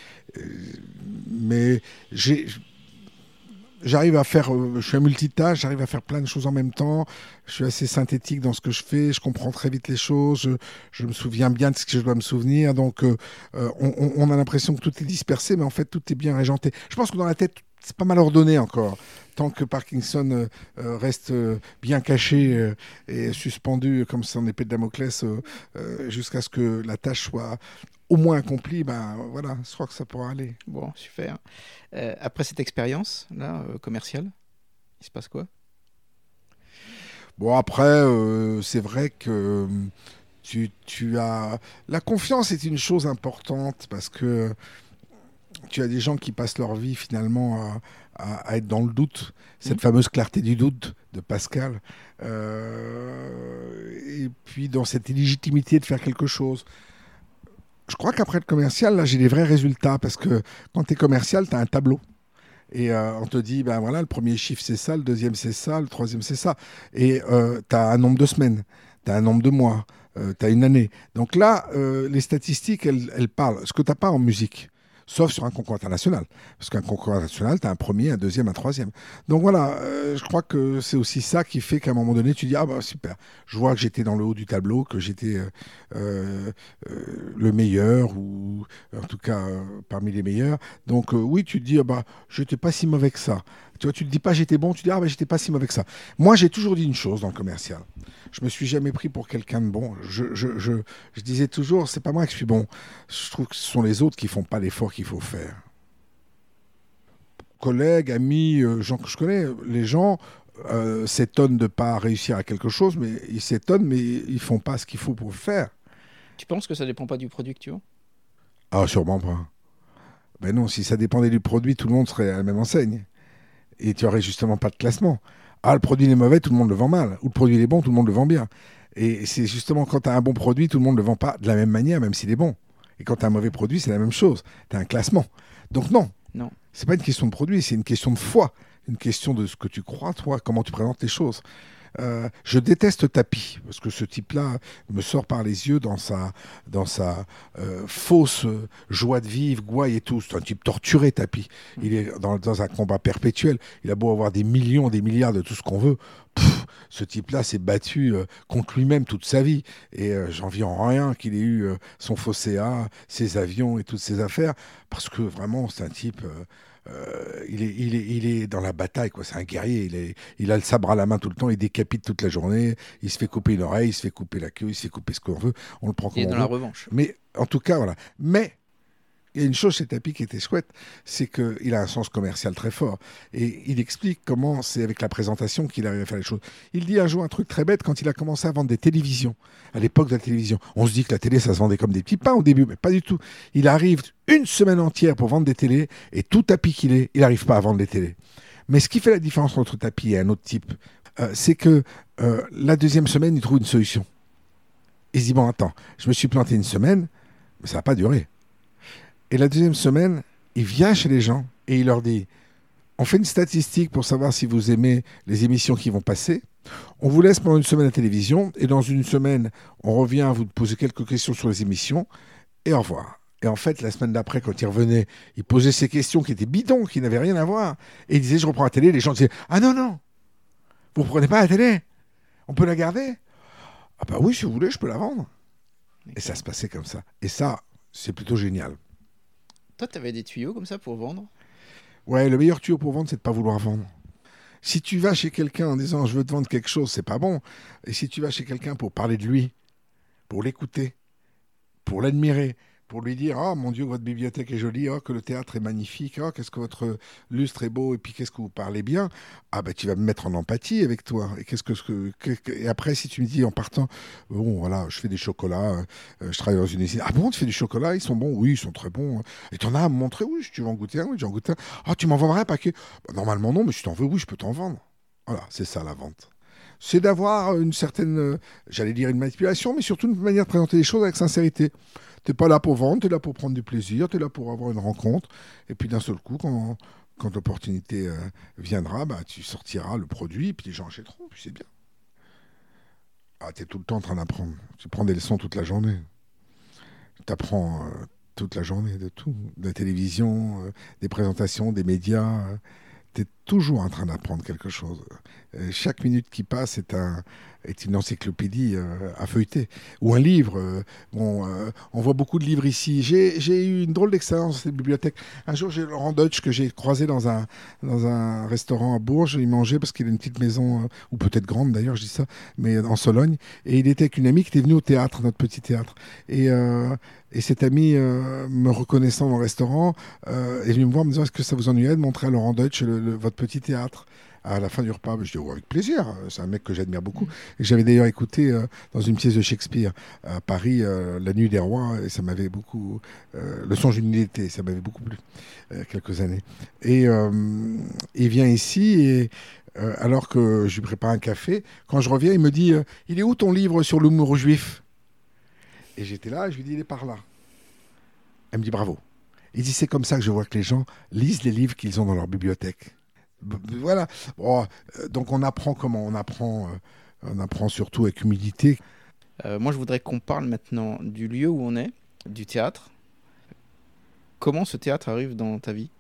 Mais j'arrive à faire, je suis un multitâche, j'arrive à faire plein de choses en même temps, je suis assez synthétique dans ce que je fais, je comprends très vite les choses, je me souviens bien de ce que je dois me souvenir, donc on a l'impression que tout est dispersé, mais en fait tout est bien régenté. Je pense que dans la tête, c'est pas mal ordonné encore, tant que Parkinson reste bien caché et suspendu comme son épée de Damoclès jusqu'à ce que la tâche soit au moins accomplie, ben voilà, je crois que ça pourra aller. Bon, super. Après cette expérience là commerciale, il se passe quoi? Bon, après, c'est vrai que tu as... La confiance est une chose importante parce que tu as des gens qui passent leur vie finalement à être dans le doute, cette fameuse clarté du doute de Pascal, et puis dans cette illégitimité de faire quelque chose. Je crois qu'après le commercial, là, j'ai des vrais résultats parce que quand tu es commercial, tu as un tableau. Et on te dit, ben voilà, le premier chiffre c'est ça, le deuxième c'est ça, le troisième c'est ça. Et tu as un nombre de semaines, tu as un nombre de mois, tu as une année. Donc là, les statistiques, elles parlent. Ce que tu n'as pas en musique, sauf sur un concours international. Parce qu'un concours international, tu as un premier, un deuxième, un troisième. Donc voilà, je crois que c'est aussi ça qui fait qu'à un moment donné, tu dis, ah bah super, je vois que j'étais dans le haut du tableau, que j'étais le meilleur, ou en tout cas parmi les meilleurs. Donc oui, tu te dis, ah bah, j'étais pas si mauvais que ça. Tu vois, tu te dis pas j'étais bon, tu dis, ah bah, j'étais pas si mauvais que ça. Moi, j'ai toujours dit une chose dans le commercial. Je me suis jamais pris pour quelqu'un de bon. Je disais toujours, c'est pas moi qui suis bon. Je trouve que ce sont les autres qui font pas l'effort qu'il faut faire. Collègues, amis, gens que je connais, les gens s'étonnent de pas réussir à quelque chose, mais ils s'étonnent, mais ils font pas ce qu'il faut pour le faire. Tu penses que ça dépend pas du produit que tu vends? Ah, sûrement pas. Ben non, si ça dépendait du produit, tout le monde serait à la même enseigne. Et tu aurais justement pas de classement. Ah, le produit est mauvais, tout le monde le vend mal. Ou le produit est bon, tout le monde le vend bien. Et c'est justement quand tu as un bon produit, tout le monde ne le vend pas de la même manière, même s'il est bon. Et quand tu as un mauvais produit, c'est la même chose. Tu as un classement. Donc non, c'est pas une question de produit, c'est une question de foi. Une question de ce que tu crois, toi, comment tu présentes les choses. Je déteste Tapi, parce que ce type-là me sort par les yeux dans sa fausse joie de vivre, gouaille et tout. C'est un type torturé, Tapi. Il est dans un combat perpétuel. Il a beau avoir des millions, des milliards de tout ce qu'on veut. Ce type-là s'est battu contre lui-même toute sa vie. Et j'envie en rien qu'il ait eu son faux CA, ses avions et toutes ses affaires, parce que vraiment, c'est un type... il est dans la bataille, quoi. C'est un guerrier. Il a le sabre à la main tout le temps. Il décapite toute la journée. Il se fait couper une oreille, il se fait couper la queue, il se fait couper ce qu'on veut. On le prend comme on veut. Il est dans la revanche. Mais en tout cas, voilà. Mais Il y a une chose chez Tapi qui était chouette, c'est qu'il a un sens commercial très fort. Et il explique comment c'est avec la présentation qu'il arrive à faire les choses. Il dit un jour un truc très bête quand il a commencé à vendre des télévisions, à l'époque de la télévision. On se dit que la télé, ça se vendait comme des petits pains au début, mais pas du tout. Il arrive une semaine entière pour vendre des télés, et tout Tapi qu'il est, il n'arrive pas à vendre des télés. Mais ce qui fait la différence entre Tapi et un autre type, c'est que la deuxième semaine, il trouve une solution. Il se dit, bon, attends, je me suis planté une semaine, mais ça n'a pas duré. Et la deuxième semaine, il vient chez les gens et il leur dit, on fait une statistique pour savoir si vous aimez les émissions qui vont passer. On vous laisse pendant une semaine à la télévision et dans une semaine, on revient à vous poser quelques questions sur les émissions et au revoir. Et en fait, la semaine d'après, quand il revenait, il posait ces questions qui étaient bidons, qui n'avaient rien à voir. Et il disait, je reprends la télé. Les gens disaient, ah non, non, vous ne prenez pas la télé. On peut la garder. Ah bah oui, si vous voulez, je peux la vendre. Et ça se passait comme ça. Et ça, c'est plutôt génial. Toi, tu avais des tuyaux comme ça pour vendre? Ouais, le meilleur tuyau pour vendre, c'est de ne pas vouloir vendre. Si tu vas chez quelqu'un en disant je veux te vendre quelque chose, c'est pas bon. Et si tu vas chez quelqu'un pour parler de lui, pour l'écouter, pour l'admirer, pour lui dire oh mon Dieu, votre bibliothèque est jolie, oh que le théâtre est magnifique, oh qu'est-ce que votre lustre est beau, et puis qu'est-ce que vous parlez bien, ah ben tu vas me mettre en empathie avec toi. Et et après si tu me dis en partant, bon voilà, je fais des chocolats, je travaille dans une usine, ah bon tu fais du chocolat, ils sont bons, oui ils sont très bons, et tu en as à me montrer, oui si tu veux en goûter un, oui j'en goûte un, ah tu m'en vendrais un paquet, bah, normalement non mais si tu en veux, oui je peux t'en vendre. Voilà, c'est ça la vente. C'est d'avoir une certaine, j'allais dire une manipulation, mais surtout une manière de présenter les choses avec sincérité. Tu n'es pas là pour vendre, tu es là pour prendre du plaisir, tu es là pour avoir une rencontre. Et puis d'un seul coup, quand l'opportunité viendra, bah, tu sortiras le produit, puis les gens achèteront, puis c'est bien. Ah, tu es tout le temps en train d'apprendre. Tu prends des leçons toute la journée. Tu apprends toute la journée de tout. De la télévision, des présentations, des médias. Tu es toujours en train d'apprendre quelque chose. Chaque minute qui passe est une encyclopédie à feuilleter. Ou un livre. On voit beaucoup de livres ici. J'ai eu une drôle d'expérience dans cette bibliothèque. Un jour, j'ai Laurent Deutsch que j'ai croisé dans un restaurant à Bourges. Il mangeait parce qu'il a une petite maison, ou peut-être grande d'ailleurs, je dis ça, mais en Sologne. Et il était avec une amie qui était venue au théâtre, notre petit théâtre. Et cette amie, me reconnaissant dans le restaurant, est venue me voir en me disant est-ce que ça vous ennuierait de montrer à Laurent Deutsch votre petit théâtre à la fin du repas? Je dis oh, avec plaisir, c'est un mec que j'admire beaucoup. Et j'avais d'ailleurs écouté dans une pièce de Shakespeare à Paris, La Nuit des Rois, et ça m'avait beaucoup. Le songe d'une nuit d'été, ça m'avait beaucoup plu, quelques années. Et il vient ici et. Alors que je lui prépare un café, quand je reviens, il me dit il est où ton livre sur l'humour juif? Et j'étais là, et je lui dis, il est par là. Elle me dit, bravo. Il dit, c'est comme ça que je vois que les gens lisent les livres qu'ils ont dans leur bibliothèque. Voilà. Oh, donc on apprend comment on apprend surtout avec humilité. Moi, je voudrais qu'on parle maintenant du lieu où on est, du théâtre. Comment ce théâtre arrive dans ta vie?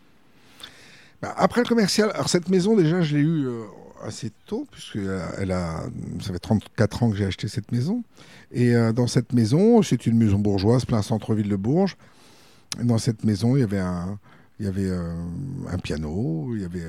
Après le commercial, alors cette maison, déjà, je l'ai eue assez tôt, puisque ça fait 34 ans que j'ai acheté cette maison. Et dans cette maison, c'est une maison bourgeoise, plein centre-ville de Bourges. Et dans cette maison, il y avait un piano,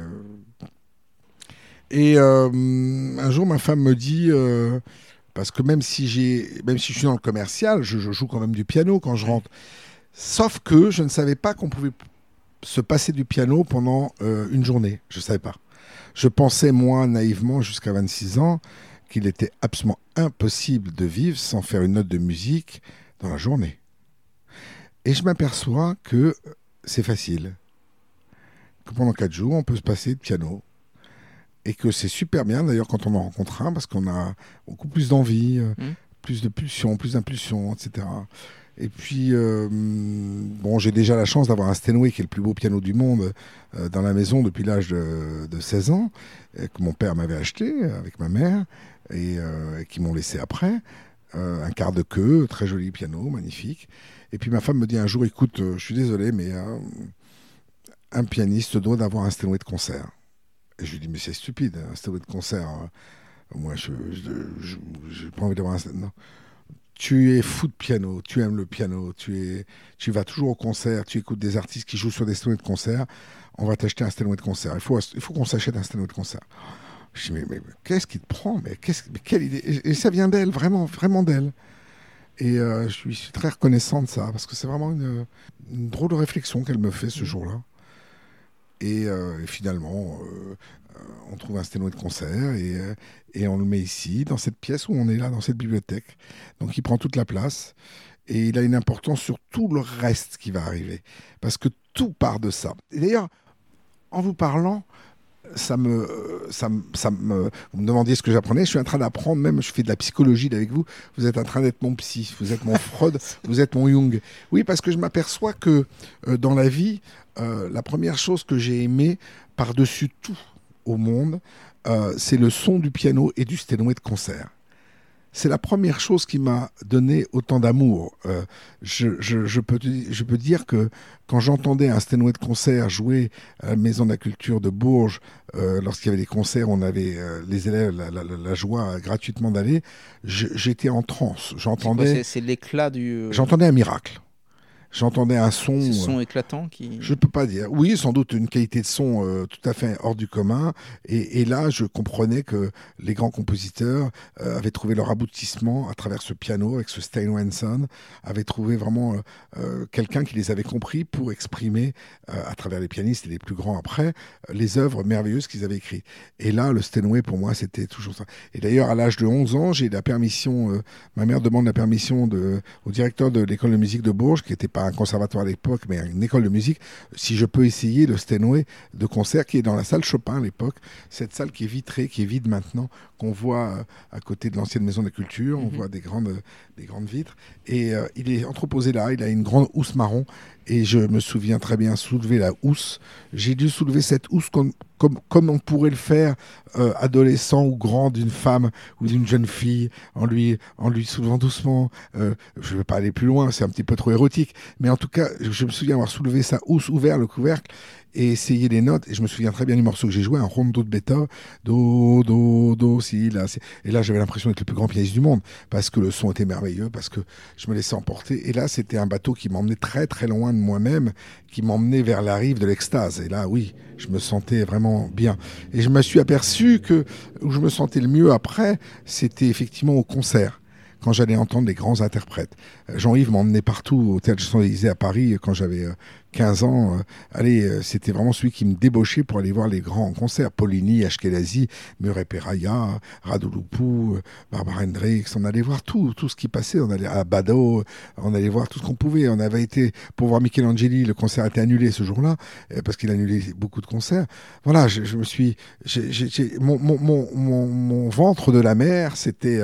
Et un jour, ma femme me dit, parce que même si je suis dans le commercial, je joue quand même du piano quand je rentre. Sauf que je ne savais pas qu'on pouvait se passer du piano pendant une journée. Je ne savais pas. Je pensais, moi, naïvement, jusqu'à 26 ans, qu'il était absolument impossible de vivre sans faire une note de musique dans la journée. Et je m'aperçois que c'est facile. Que pendant 4 jours, on peut se passer de piano. Et que c'est super bien, d'ailleurs, quand on en rencontre un, parce qu'on a beaucoup plus d'envie, plus de pulsions, plus d'impulsions, etc. Et puis, j'ai déjà la chance d'avoir un Steinway, qui est le plus beau piano du monde, dans la maison depuis l'âge de 16 ans, que mon père m'avait acheté avec ma mère, et qui m'ont laissé après. Un quart de queue, très joli piano, magnifique. Et puis ma femme me dit un jour, écoute, je suis désolé, mais un pianiste doit d'avoir un Steinway de concert. Et je lui dis, mais c'est stupide, un Steinway de concert. Moi, je n'ai pas envie d'avoir un Steinway. Non. Tu es fou de piano, tu aimes le piano, tu vas toujours au concert, tu écoutes des artistes qui jouent sur des Steinway de concert, on va t'acheter un Steinway de concert. Il faut qu'on s'achète un Steinway de concert. Je dis, mais qu'est-ce qui te prend, mais quelle idée? Et ça vient d'elle, vraiment, vraiment d'elle. Et je lui suis très reconnaissant de ça, parce que c'est vraiment une drôle de réflexion qu'elle me fait ce jour-là. Et finalement, on trouve un sténo de concert et on le met ici, dans cette pièce où on est là, dans cette bibliothèque. Donc il prend toute la place et il a une importance sur tout le reste qui va arriver. Parce que tout part de ça. Et d'ailleurs, en vous parlant, vous me demandiez ce que j'apprenais, je suis en train d'apprendre, même je fais de la psychologie avec vous, vous êtes en train d'être mon psy, vous êtes mon Freud, vous êtes mon Jung. Oui, parce que je m'aperçois que dans la vie, la première chose que j'ai aimée par-dessus tout au monde, c'est le son du piano et du sténoé de concert. C'est la première chose qui m'a donné autant d'amour. Je peux dire que quand j'entendais un sténoé de concert jouer à la Maison de la Culture de Bourges, lorsqu'il y avait des concerts, on avait les élèves la joie gratuitement d'aller, j'étais en transe. C'est l'éclat du... J'entendais un miracle. J'entendais un son... Ce son éclatant qui... Je ne peux pas dire. Oui, sans doute une qualité de son tout à fait hors du commun. Et là, je comprenais que les grands compositeurs avaient trouvé leur aboutissement à travers ce piano, avec ce Steinway & Son, avaient trouvé vraiment quelqu'un qui les avait compris pour exprimer, à travers les pianistes et les plus grands après, les œuvres merveilleuses qu'ils avaient écrites. Et là, le Steinway, pour moi, c'était toujours ça. Et d'ailleurs, à l'âge de 11 ans, j'ai la permission... ma mère demande la permission au directeur de l'école de musique de Bourges, qui n'était pas un conservatoire à l'époque, mais une école de musique, si je peux essayer le Steinway de concert qui est dans la salle Chopin à l'époque, cette salle qui est vitrée, qui est vide maintenant, qu'on voit à côté de l'ancienne maison de la culture, on voit des grandes vitres, et il est entreposé là, il a une grande housse marron, et je me souviens très bien soulever la housse. J'ai dû soulever cette housse comme on pourrait le faire adolescent ou grand d'une femme ou d'une jeune fille, en lui soulevant doucement. Je ne vais pas aller plus loin, c'est un petit peu trop érotique, mais en tout cas, je me souviens avoir soulevé sa housse, ouvert le couvercle, et essayer les notes. Et je me souviens très bien du morceau que j'ai joué, un rondo de Beethoven, do, si, là. Et là, j'avais l'impression d'être le plus grand pianiste du monde, parce que le son était merveilleux, parce que je me laissais emporter. Et là, c'était un bateau qui m'emmenait très, très loin de moi-même, qui m'emmenait vers la rive de l'extase. Et là, oui, je me sentais vraiment bien. Et je me suis aperçu que où je me sentais le mieux après, c'était effectivement au concert, quand j'allais entendre les grands interprètes. Jean-Yves m'emmenait partout au Théâtre des Champs-Élysées à Paris quand j'avais 15 ans. C'était vraiment celui qui me débauchait pour aller voir les grands concerts. Paulini, Ashkenazi, Murray Peraya, Radulopou, Barbara Hendricks. On allait voir tout ce qui passait. On allait à Bado, on allait voir tout ce qu'on pouvait. On avait été pour voir Michelangeli. Le concert a été annulé ce jour-là parce qu'il a annulé beaucoup de concerts. Voilà, je me suis... Mon ventre de la mer, c'était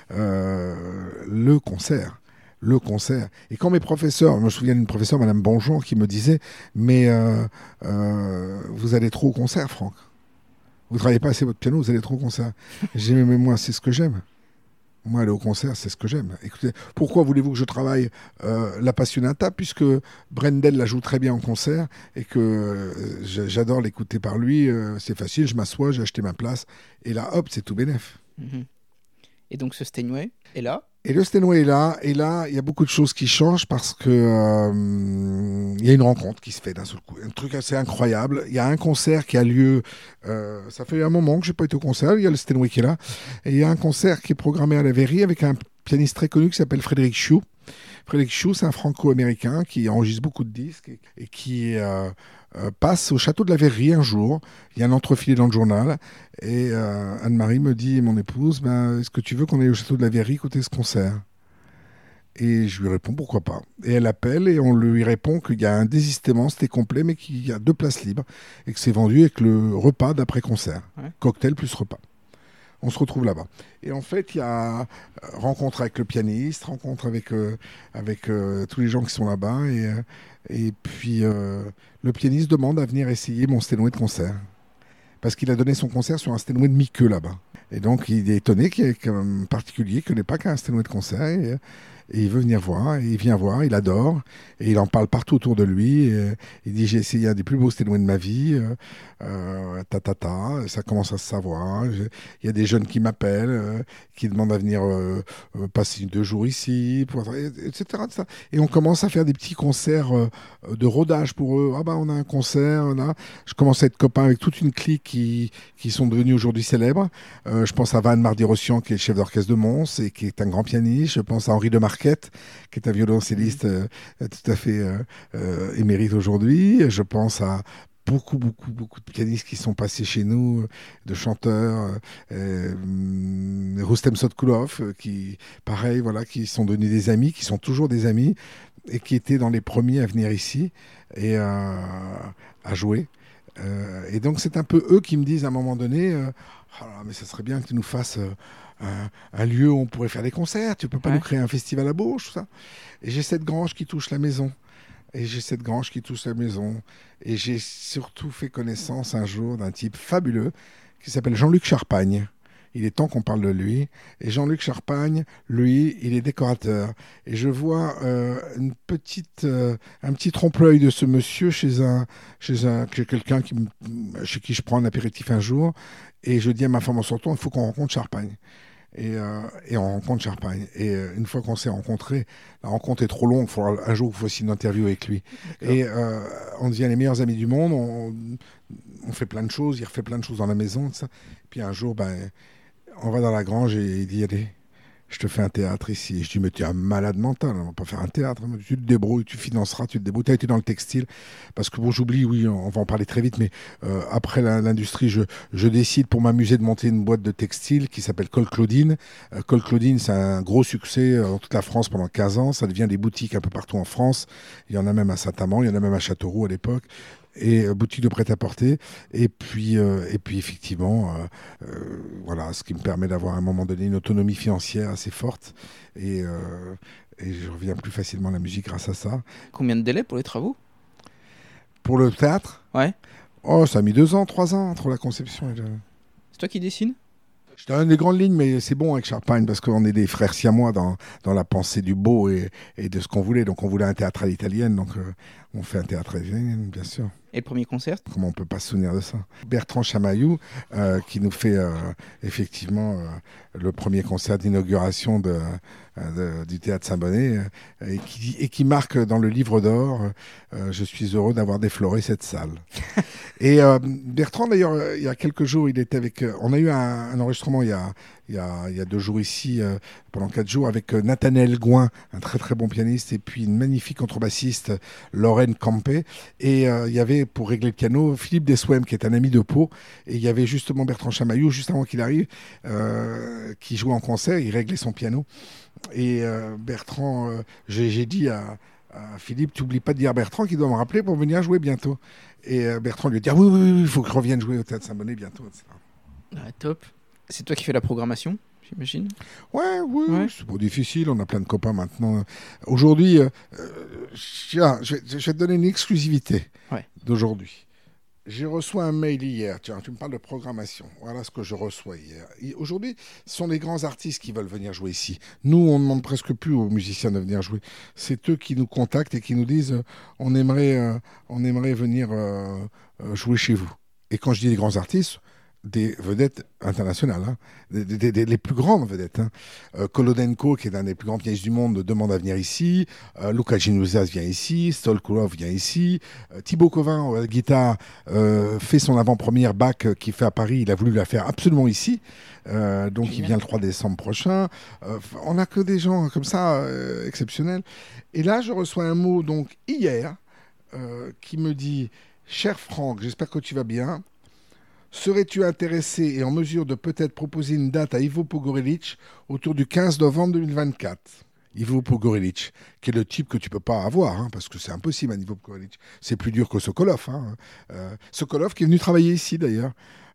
le concert. Le concert. Et quand mes professeurs, je me souviens d'une professeure, Madame Bonjean, qui me disait « Mais vous allez trop au concert, Franck. Vous ne travaillez pas assez votre piano, vous allez trop au concert. » J'ai dit « Mais moi, c'est ce que j'aime. Moi, aller au concert, c'est ce que j'aime. Écoutez, pourquoi voulez-vous que je travaille la Passionata, puisque Brendel la joue très bien en concert et que j'adore l'écouter par lui. C'est facile, je m'assois, j'ai acheté ma place. Et là, hop, c'est tout bénef. » Et donc ce Steinway est là. Et le Steinway est là, et là, il y a beaucoup de choses qui changent parce que il y a une rencontre qui se fait d'un seul coup. Un truc assez incroyable. Il y a un concert qui a lieu, ça fait un moment que je n'ai pas été au concert, il y a le Steinway qui est là, et il y a un concert qui est programmé à la Verrerie avec un pianiste très connu qui s'appelle Frédéric Chou. Frédéric Chou, c'est un franco-américain qui enregistre beaucoup de disques et qui passe au château de la Verrerie un jour. Il y a un entrefilet dans le journal et Anne-Marie me dit, mon épouse, est-ce que tu veux qu'on aille au château de la Verrerie écouter ce concert ? Et je lui réponds pourquoi pas. Et elle appelle et on lui répond qu'il y a un désistement, c'était complet, mais qu'il y a 2 places libres et que c'est vendu avec le repas d'après-concert. Ouais. Cocktail plus repas. On se retrouve là-bas. Et en fait, il y a rencontre avec le pianiste, rencontre avec tous les gens qui sont là-bas. Et puis, le pianiste demande à venir essayer mon Steinway de concert. Parce qu'il a donné son concert sur un Steinway de mi-queue là-bas. Et donc, il est étonné qu'il y ait un particulier qui ne connaît pas qu'un Steinway de concert. Et il veut venir voir, et il vient voir, il adore, et il en parle partout autour de lui. Et il dit, j'ai essayé un des plus beaux Steinway de ma vie, ça commence à se savoir. Il y a des jeunes qui m'appellent, qui demandent à venir passer 2 jours ici, etc., etc. Et on commence à faire des petits concerts de rodage pour eux. Ah on a un concert, Je commence à être copain avec toute une clique qui sont devenus aujourd'hui célèbres. Je pense à Van Mardi-Rossian, qui est le chef d'orchestre de Mons et qui est un grand pianiste. Je pense à Henri Demarquet, Bousquet, qui est un violoncelliste tout à fait émérite aujourd'hui. Je pense à beaucoup de pianistes qui sont passés chez nous, de chanteurs, Rustem Sotkulov, qui, pareil, voilà, qui sont devenus des amis, qui sont toujours des amis, et qui étaient dans les premiers à venir ici et à jouer. Et donc c'est un peu eux qui me disent à un moment donné, oh là, mais ça serait bien que tu nous fasses un lieu où on pourrait faire des concerts, tu peux pas nous créer un festival à Bourges, tout ça. Et j'ai cette grange qui touche la maison. Et j'ai surtout fait connaissance un jour d'un type fabuleux qui s'appelle Jean-Luc Charpagne. Il est temps qu'on parle de lui. Et Jean-Luc Charpagne, lui, il est décorateur. Et je vois un petit trompe-l'œil de ce monsieur chez quelqu'un chez qui je prends un apéritif un jour. Et je dis à ma femme en sortant, il faut qu'on rencontre Charpagne. Et on rencontre Charpagne. Et une fois qu'on s'est rencontrés, la rencontre est trop longue. Il faudra un jour que vous fassiez une interview avec lui. D'accord. Et on devient les meilleurs amis du monde. On fait plein de choses. Il refait plein de choses dans la maison. Tout ça. Puis un jour, on va dans la grange et il dit, allez, je te fais un théâtre ici. Et je dis, mais tu es un malade mental, on va pas faire un théâtre. Tu te débrouilles, tu financeras, tu te débrouilles. Tu as été dans le textile. Parce que bon, j'oublie, oui, on va en parler très vite, mais après l'industrie, je décide pour m'amuser de monter une boîte de textile qui s'appelle Col Claudine. Col Claudine, c'est un gros succès dans toute la France pendant 15 ans. Ça devient des boutiques un peu partout en France. Il y en a même à Saint-Amand, il y en a même à Châteauroux à l'époque. Et boutique de prêt-à-porter. Et puis effectivement, voilà, ce qui me permet d'avoir à un moment donné une autonomie financière assez forte. Et je reviens plus facilement à la musique grâce à ça. Combien de délai pour les travaux ? Pour le théâtre ? Ouais. Oh, ça a mis 2 ans, 3 ans entre la conception et le... C'est toi qui dessines ? Je te donne les grandes lignes, mais c'est bon avec Charpagne parce qu'on est des frères siamois dans la pensée du beau et de ce qu'on voulait. Donc on voulait un théâtre à l'italienne, donc on fait un théâtre à l'italienne, bien sûr. Et le premier concert ? Comment on peut pas se souvenir de ça ? Bertrand Chamaillou, qui nous fait effectivement le premier concert d'inauguration du Théâtre Saint-Bonnet et qui marque dans le livre d'or je suis heureux d'avoir défloré cette salle. Et Bertrand, d'ailleurs, il y a quelques jours, il était avec... on a eu un enregistrement il y a 2 jours ici, pendant 4 jours, avec Nathanaël Gouin, un très très bon pianiste, et puis une magnifique contrebassiste, Lorraine Campé. Et il y avait, pour régler le piano, Philippe Deswem, qui est un ami de Pau. Et il y avait justement Bertrand Chamaillou, juste avant qu'il arrive, qui jouait en concert, il réglait son piano. Et Bertrand, j'ai dit à Philippe, tu n'oublies pas de dire à Bertrand qu'il doit me rappeler pour venir jouer bientôt. Et Bertrand lui a dit, ah oui, il faut que je revienne jouer au Théâtre Saint-Bonnet bientôt, etc. Ah, top. C'est toi qui fais la programmation, j'imagine ? Ouais, c'est pas difficile, on a plein de copains maintenant. Aujourd'hui, je vais te donner une exclusivité d'aujourd'hui. J'ai reçu un mail hier, tiens, tu me parles de programmation, voilà ce que je reçois hier. Aujourd'hui, ce sont les grands artistes qui veulent venir jouer ici. Nous, on ne demande presque plus aux musiciens de venir jouer. C'est eux qui nous contactent et qui nous disent on aimerait venir jouer chez vous. Et quand je dis les grands artistes, des vedettes internationales, hein, les plus grandes vedettes. Hein. Kolodenko, qui est un des plus grands pianistes du monde, demande à venir ici. Luka Ginouzas vient ici. Stolkulov vient ici. Thibaut Covin, à la guitare, fait son avant-première Bach qu'il fait à Paris. Il a voulu la faire absolument ici. Donc il vient le 3 décembre prochain. On n'a que des gens comme ça, exceptionnels. Et là, je reçois un mot, donc hier, qui me dit « Cher Franck, j'espère que tu vas bien. Serais-tu intéressé et en mesure de peut-être proposer une date à Ivo Pogorelic autour du 15 novembre 2024 ?» Ivo Pogorelic, qui est le type que tu peux pas avoir, hein, parce que c'est impossible, Ivo Pogorelic. C'est plus dur que Sokolov. Hein. Sokolov qui est venu travailler ici, d'ailleurs.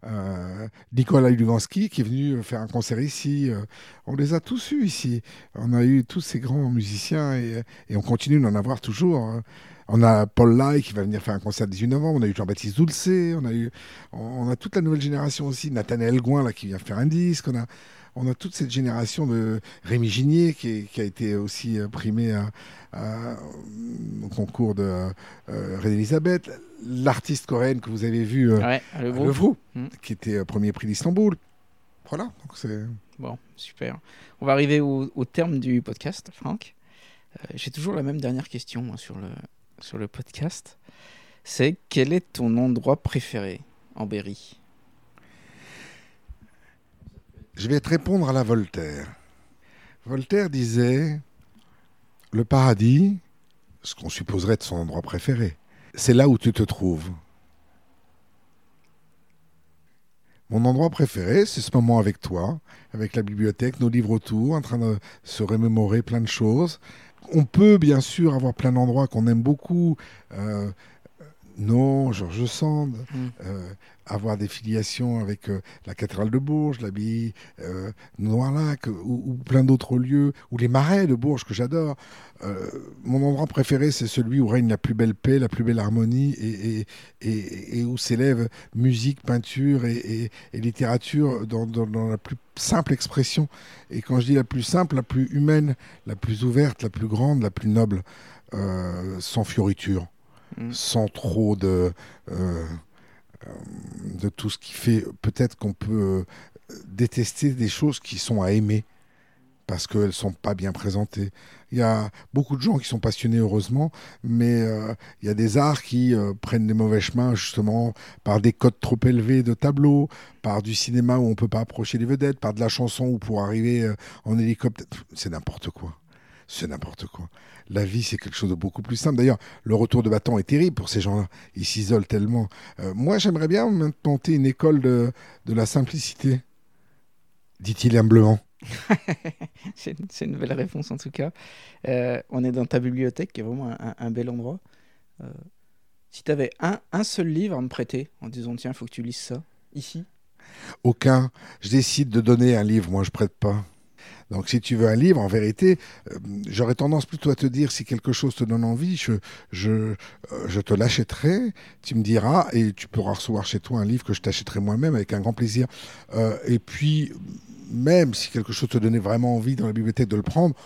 Nicolas Luganski qui est venu faire un concert ici. On les a tous eus ici. On a eu tous ces grands musiciens et on continue d'en avoir toujours. Hein. On a Paul Lai qui va venir faire un concert le 18 novembre. On a eu Jean-Baptiste Doulcé. On a toute la nouvelle génération aussi. Nathanaël Gouin là, qui vient faire un disque. On a toute cette génération de Rémi Ginier qui a été aussi primé au concours de Reine-Elisabeth. L'artiste coréenne que vous avez vu, Le Vrou, qui était premier prix d'Istanbul. Voilà. Donc c'est... Bon, super. On va arriver au terme du podcast, Franck. J'ai toujours la même dernière question sur le podcast. C'est quel est ton endroit préféré en Berry ? Je vais te répondre à la Voltaire. Voltaire disait Le paradis, ce qu'on supposerait être son endroit préféré, c'est là où tu te trouves. Mon endroit préféré, c'est ce moment avec toi, avec la bibliothèque, nos livres autour, en train de se remémorer plein de choses. On peut bien sûr avoir plein d'endroits qu'on aime beaucoup. Non, George Sand, avoir des filiations avec la cathédrale de Bourges, l'abbaye Noirlac ou plein d'autres lieux, ou les marais de Bourges que j'adore. Mon endroit préféré, c'est celui où règne la plus belle paix, la plus belle harmonie et où s'élèvent musique, peinture et littérature dans la plus simple expression. Et quand je dis la plus simple, la plus humaine, la plus ouverte, la plus grande, la plus noble, sans fioriture. Sans trop de tout ce qui fait peut-être qu'on peut détester des choses qui sont à aimer parce qu'elles ne sont pas bien présentées. Il y a beaucoup de gens qui sont passionnés, heureusement, mais il y a des arts qui prennent des mauvais chemins, justement, par des codes trop élevés de tableaux, par du cinéma où on ne peut pas approcher les vedettes, par de la chanson où pour arriver en hélicoptère... C'est n'importe quoi. C'est n'importe quoi. La vie, c'est quelque chose de beaucoup plus simple. D'ailleurs, le retour de bâton est terrible pour ces gens-là. Ils s'isolent tellement. Moi, j'aimerais bien monter une école de la simplicité, dit-il humblement. C'est une belle réponse, en tout cas. On est dans ta bibliothèque, qui est vraiment un bel endroit. Si tu avais un seul livre à me prêter, en disant, tiens, il faut que tu lises ça, ici. Aucun. Je décide de donner un livre, moi, je prête pas. Donc si tu veux un livre, en vérité, j'aurais tendance plutôt à te dire, si quelque chose te donne envie, je te l'achèterai, tu me diras, et tu pourras recevoir chez toi un livre que je t'achèterai moi-même avec un grand plaisir. Et puis, même si quelque chose te donnait vraiment envie dans la bibliothèque de le prendre,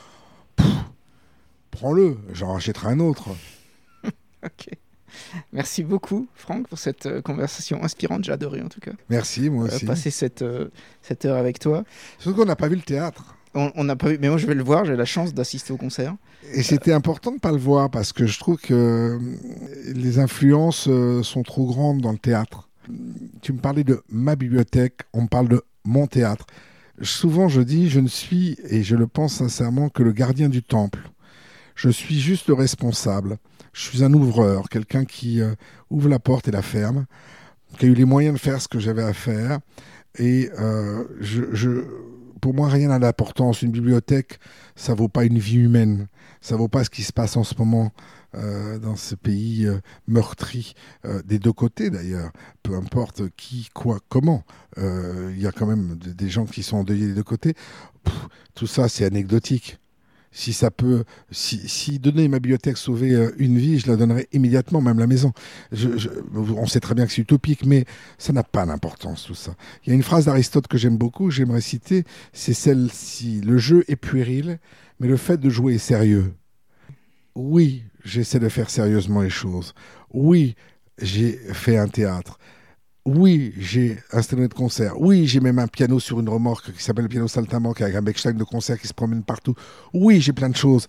prends-le, j'en rachèterai un autre. Ok. Merci beaucoup, Franck, pour cette conversation inspirante. J'ai adoré, en tout cas. Merci, moi aussi. Passer cette heure avec toi. Surtout qu'on n'a pas vu le théâtre. On n'a pas vu, mais moi je vais le voir, j'ai la chance d'assister au concert. Et c'était important de ne pas le voir parce que je trouve que les influences sont trop grandes dans le théâtre. Tu me parlais de ma bibliothèque, on me parle de mon théâtre. Souvent je dis, je ne suis, et je le pense sincèrement, que le gardien du temple. Je suis juste le responsable. Je suis un ouvreur, quelqu'un qui ouvre la porte et la ferme, qui a eu les moyens de faire ce que j'avais à faire. Et pour moi, rien n'a d'importance. Une bibliothèque, ça vaut pas une vie humaine. Ça vaut pas ce qui se passe en ce moment dans ce pays meurtri, des deux côtés d'ailleurs. Peu importe qui, quoi, comment. Il y a quand même des gens qui sont endeuillés des deux côtés. Tout ça, c'est anecdotique. Si ça peut, si donner ma bibliothèque sauver une vie, je la donnerais immédiatement, même la maison. On sait très bien que c'est utopique, mais ça n'a pas d'importance tout ça. Il y a une phrase d'Aristote que j'aime beaucoup, que j'aimerais citer, c'est celle-ci. Le jeu est puéril, mais le fait de jouer est sérieux. Oui, j'essaie de faire sérieusement les choses. Oui, j'ai fait un théâtre. Oui, j'ai un instrument de concert. Oui, j'ai même un piano sur une remorque qui s'appelle le piano saltimbanque avec un Bechstein de concert qui se promène partout. Oui, j'ai plein de choses.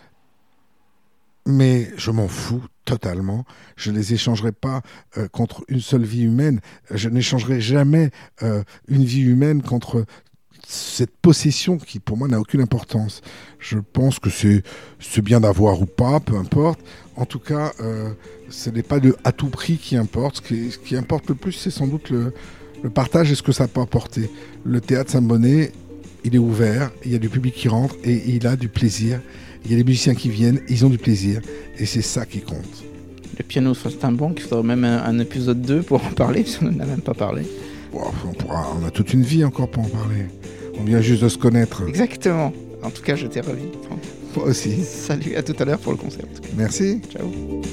Mais je m'en fous totalement. Je ne les échangerai pas contre une seule vie humaine. Je n'échangerai jamais une vie humaine contre cette possession qui, pour moi, n'a aucune importance. Je pense que c'est bien d'avoir ou pas, peu importe. En tout cas, ce n'est pas à tout prix qui importe. Ce qui importe le plus, c'est sans doute le partage et ce que ça peut apporter. Le théâtre Saint-Bonnet, il est ouvert, il y a du public qui rentre et il a du plaisir. Il y a des musiciens qui viennent, ils ont du plaisir. Et c'est ça qui compte. Le piano saltimbanque, il faudrait même un épisode 2 pour en parler, parce qu'on n'en a même pas parlé. On a toute une vie encore pour en parler. On vient juste de se connaître. Exactement. En tout cas, j'étais ravi, Franck. Moi aussi. Salut, à tout à l'heure pour le concert. Merci. Ciao.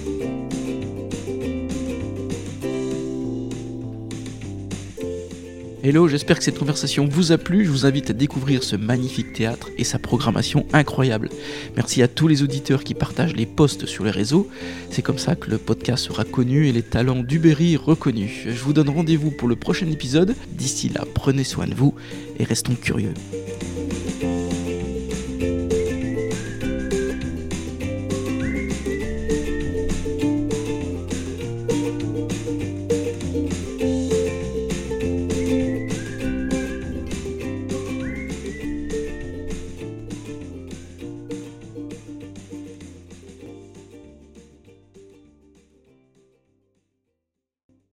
Hello, j'espère que cette conversation vous a plu. Je vous invite à découvrir ce magnifique théâtre et sa programmation incroyable. Merci à tous les auditeurs qui partagent les posts sur les réseaux. C'est comme ça que le podcast sera connu et les talents du Berry reconnus. Je vous donne rendez-vous pour le prochain épisode. D'ici là, prenez soin de vous et restons curieux.